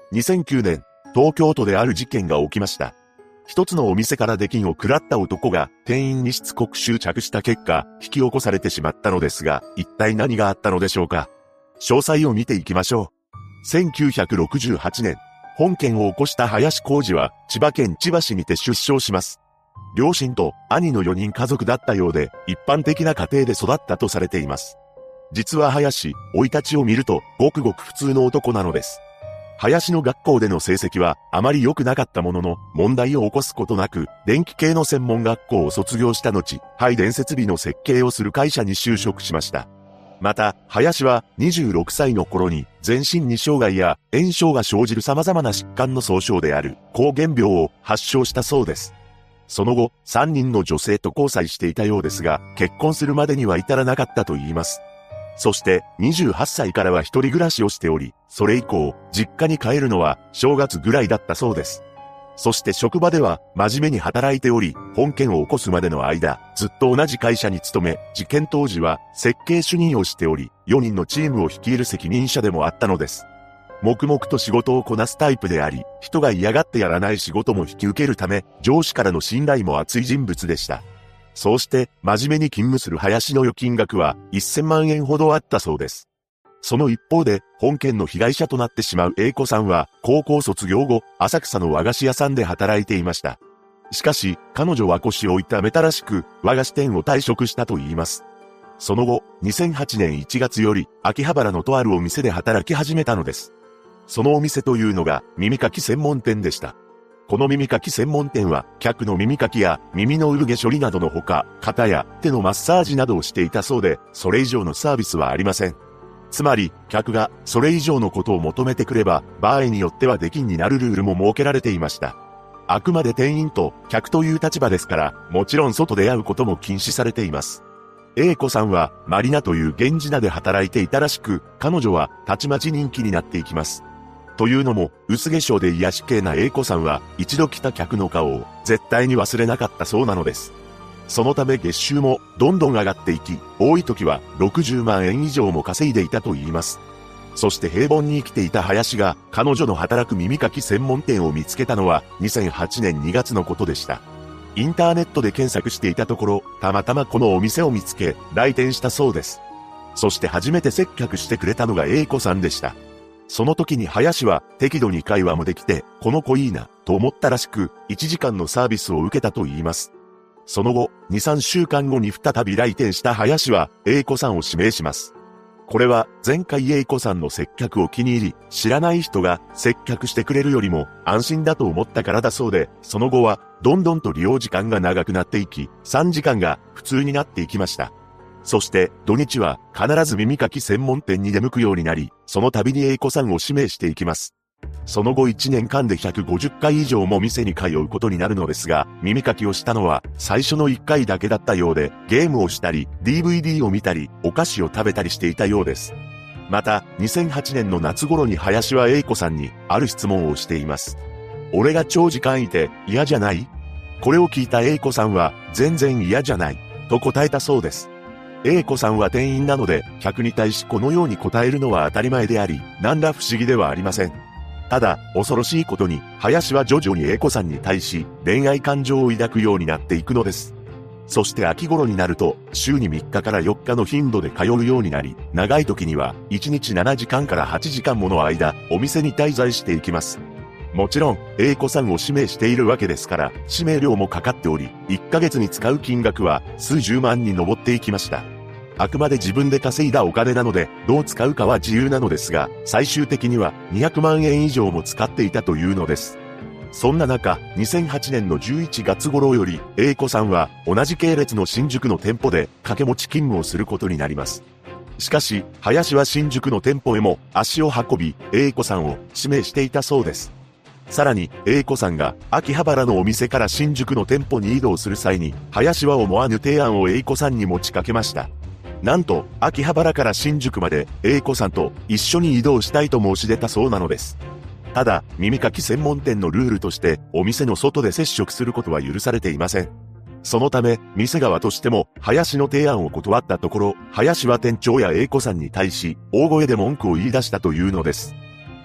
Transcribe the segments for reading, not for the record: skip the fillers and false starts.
2009年、東京都である事件が起きました。一つのお店から出禁を食らった男が店員にしつこく執着した結果、引き起こされてしまったのですが、一体何があったのでしょうか。詳細を見ていきましょう。1968年、本件を起こした林浩二は、千葉県千葉市にて出生します。両親と兄の4人家族だったようで、一般的な家庭で育ったとされています。実は林、生い立ちを見ると、ごくごく普通の男なのです。林の学校での成績はあまり良くなかったものの、問題を起こすことなく、電気系の専門学校を卒業した後、配電設備の設計をする会社に就職しました。また、林は26歳の頃に全身に障害や炎症が生じる様々な疾患の総称である膠原病を発症したそうです。その後、3人の女性と交際していたようですが、結婚するまでには至らなかったと言います。そして28歳からは一人暮らしをしており、それ以降、実家に帰るのは正月ぐらいだったそうです。そして職場では真面目に働いており、本件を起こすまでの間、ずっと同じ会社に勤め、事件当時は設計主任をしており、4人のチームを率いる責任者でもあったのです。黙々と仕事をこなすタイプであり、人が嫌がってやらない仕事も引き受けるため、上司からの信頼も厚い人物でした。そうして真面目に勤務する林の預金額は1000万円ほどあったそうです。その一方で本件の被害者となってしまう A 子さんは高校卒業後浅草の和菓子屋さんで働いていました。しかし彼女は腰を痛めたらしく和菓子店を退職したと言います。その後2008年1月より秋葉原のとあるお店で働き始めたのです。そのお店というのが耳かき専門店でした。この耳かき専門店は、客の耳かきや耳の産毛処理などのほか、肩や手のマッサージなどをしていたそうで、それ以上のサービスはありません。つまり、客がそれ以上のことを求めてくれば、場合によっては出禁になるルールも設けられていました。あくまで店員と客という立場ですから、もちろん外で会うことも禁止されています。A 子さんは、マリナという源氏名で働いていたらしく、彼女はたちまち人気になっていきます。というのも、薄化粧で癒し系な A 子さんは、一度来た客の顔を絶対に忘れなかったそうなのです。そのため月収もどんどん上がっていき、多い時は60万円以上も稼いでいたと言います。そして平凡に生きていた林が、彼女の働く耳かき専門店を見つけたのは、2008年2月のことでした。インターネットで検索していたところ、たまたまこのお店を見つけ、来店したそうです。そして初めて接客してくれたのが A 子さんでした。その時に林は適度に会話もできて、この子いいな、と思ったらしく、1時間のサービスを受けたと言います。その後、2、3週間後に再び来店した林は、A 子さんを指名します。これは、前回 A 子さんの接客を気に入り、知らない人が接客してくれるよりも安心だと思ったからだそうで、その後は、どんどんと利用時間が長くなっていき、3時間が普通になっていきました。そして土日は必ず耳かき専門店に出向くようになり、その度に A 子さんを指名していきます。その後1年間で150回以上も店に通うことになるのですが、耳かきをしたのは最初の1回だけだったようで、ゲームをしたり、DVD を見たり、お菓子を食べたりしていたようです。また、2008年の夏頃に林は A 子さんにある質問をしています。俺が長時間いて嫌じゃない？これを聞いた A 子さんは全然嫌じゃない、と答えたそうです。A 子さんは店員なので、客に対しこのように答えるのは当たり前であり、何ら不思議ではありません。ただ、恐ろしいことに、林は徐々に A 子さんに対し、恋愛感情を抱くようになっていくのです。そして秋頃になると、週に3日から4日の頻度で通うようになり、長い時には、1日7時間から8時間もの間、お店に滞在していきます。もちろん、A 子さんを指名しているわけですから、指名料もかかっており、1ヶ月に使う金額は数十万に上っていきました。あくまで自分で稼いだお金なので、どう使うかは自由なのですが、最終的には200万円以上も使っていたというのです。そんな中、2008年の11月頃より、A 子さんは同じ系列の新宿の店舗で掛け持ち勤務をすることになります。しかし、林は新宿の店舗へも足を運び、A 子さんを指名していたそうです。さらに、A 子さんが秋葉原のお店から新宿の店舗に移動する際に、林は思わぬ提案を A 子さんに持ちかけました。なんと、秋葉原から新宿まで A 子さんと一緒に移動したいと申し出たそうなのです。ただ、耳かき専門店のルールとして、お店の外で接触することは許されていません。そのため、店側としても、林の提案を断ったところ、林は店長や A 子さんに対し、大声で文句を言い出したというのです。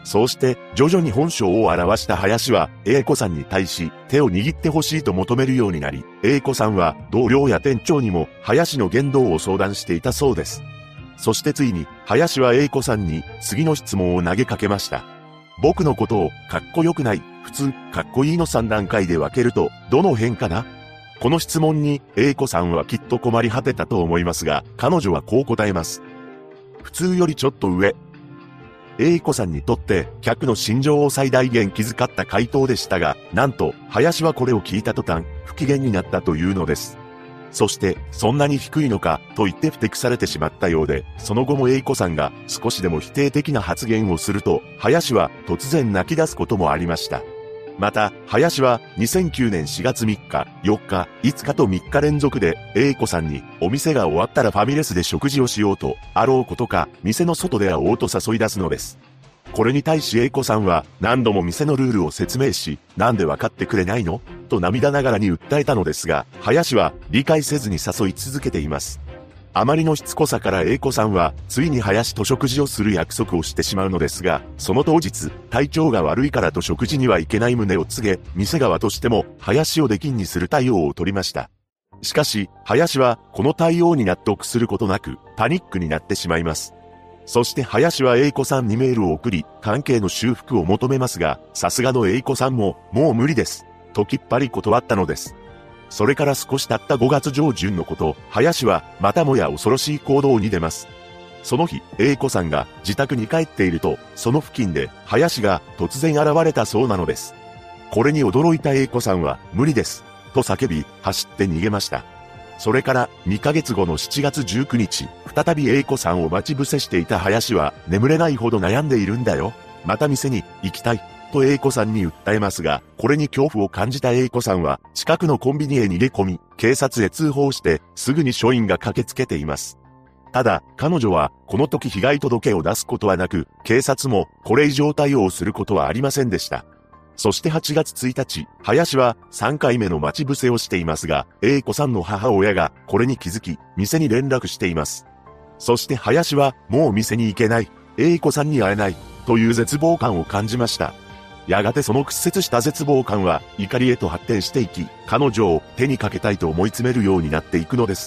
そうして徐々に本性を表した林は A 子さんに対し手を握ってほしいと求めるようになり、A 子さんは同僚や店長にも林の言動を相談していたそうです。そしてついに林は A 子さんに次の質問を投げかけました。僕のことをかっこよくない、普通、かっこいいの3段階で分けるとどの辺かな？この質問に A 子さんはきっと困り果てたと思いますが、彼女はこう答えます。普通よりちょっと上。A 子さんにとって客の心情を最大限気遣った回答でしたが、なんと林はこれを聞いた途端不機嫌になったというのです。そしてそんなに低いのかと言ってふてくされてしまったようで、その後も A 子さんが少しでも否定的な発言をすると、林は突然泣き出すこともありました。また、林は2009年4月3日、4日、5日と3日連続で A 子さんにお店が終わったらファミレスで食事をしようと、あろうことか店の外で会おうと誘い出すのです。これに対し A 子さんは何度も店のルールを説明し、なんで分かってくれないの？と涙ながらに訴えたのですが、林は理解せずに誘い続けています。あまりのしつこさから A 子さんはついに林と食事をする約束をしてしまうのですが、その当日、体調が悪いからと食事には行けない旨を告げ、店側としても林を出禁にする対応を取りました。しかし、林はこの対応に納得することなく、パニックになってしまいます。そして林は A 子さんにメールを送り、関係の修復を求めますが、さすがの A 子さんも、もう無理です。ときっぱり断ったのです。それから少し経った5月上旬のこと、林はまたもや恐ろしい行動に出ます。その日、A 子さんが自宅に帰っていると、その付近で林が突然現れたそうなのです。これに驚いた A 子さんは無理です。と叫び、走って逃げました。それから2ヶ月後の7月19日、再び A 子さんを待ち伏せしていた林は眠れないほど悩んでいるんだよ。また店に行きたい。と A 子さんに訴えますが、これに恐怖を感じた A 子さんは近くのコンビニへ逃げ込み、警察へ通報してすぐに署員が駆けつけています。ただ、彼女はこの時被害届を出すことはなく、警察もこれ以上対応することはありませんでした。そして8月1日、林は3回目の待ち伏せをしていますが、A 子さんの母親がこれに気づき、店に連絡しています。そして林はもう店に行けない、A 子さんに会えない、という絶望感を感じました。やがてその屈折した絶望感は怒りへと発展していき、彼女を手にかけたいと思い詰めるようになっていくのです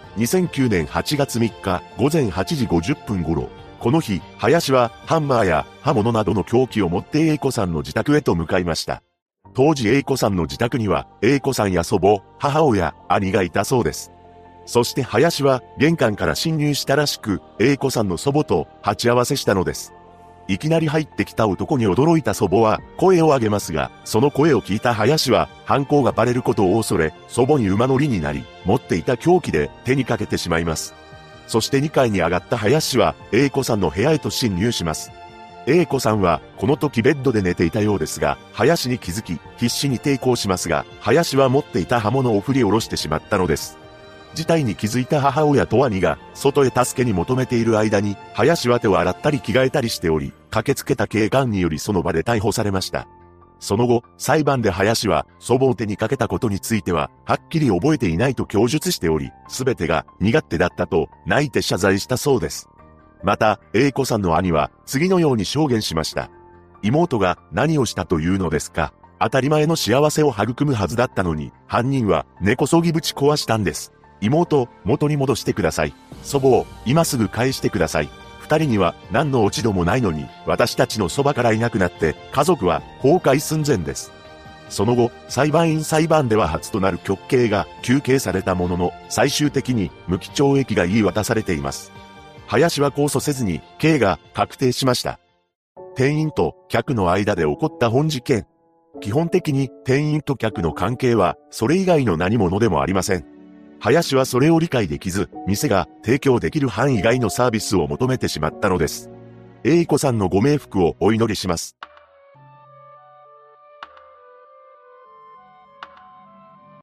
。2009年8月3日午前8時50分頃、この日、林はハンマーや刃物などの凶器を持って A 子さんの自宅へと向かいました。当時 A 子さんの自宅には A 子さんや祖母、母親、兄がいたそうです。そして林は玄関から侵入したらしく、A 子さんの祖母と鉢合わせしたのです。いきなり入ってきた男に驚いた祖母は声を上げますが、その声を聞いた林は犯行がバレることを恐れ、祖母に馬乗りになり、持っていた凶器で手にかけてしまいます。そして2階に上がった林は A 子さんの部屋へと侵入します。A 子さんはこの時ベッドで寝ていたようですが、林に気づき必死に抵抗しますが、林は持っていた刃物を振り下ろしてしまったのです。事態に気づいた母親と兄が外へ助けに求めている間に、林は手を洗ったり着替えたりしており、駆けつけた警官によりその場で逮捕されました。その後、裁判で林は祖母を手にかけたことについては、はっきり覚えていないと供述しており、すべてが身勝手だったと泣いて謝罪したそうです。また、A 子さんの兄は次のように証言しました。妹が何をしたというのですか？当たり前の幸せを育むはずだったのに、犯人は根こそぎぶち壊したんです。妹、元に戻してください。祖母を今すぐ返してください。二人には何の落ち度もないのに、私たちのそばからいなくなって家族は崩壊寸前です。その後、裁判員裁判では初となる極刑が求刑されたものの、最終的に無期懲役が言い渡されています。林は控訴せずに刑が確定しました。店員と客の間で起こった本事件。基本的に店員と客の関係はそれ以外の何者でもありません。林はそれを理解できず、店が提供できる範囲外のサービスを求めてしまったのです。A 子さんのご冥福をお祈りします。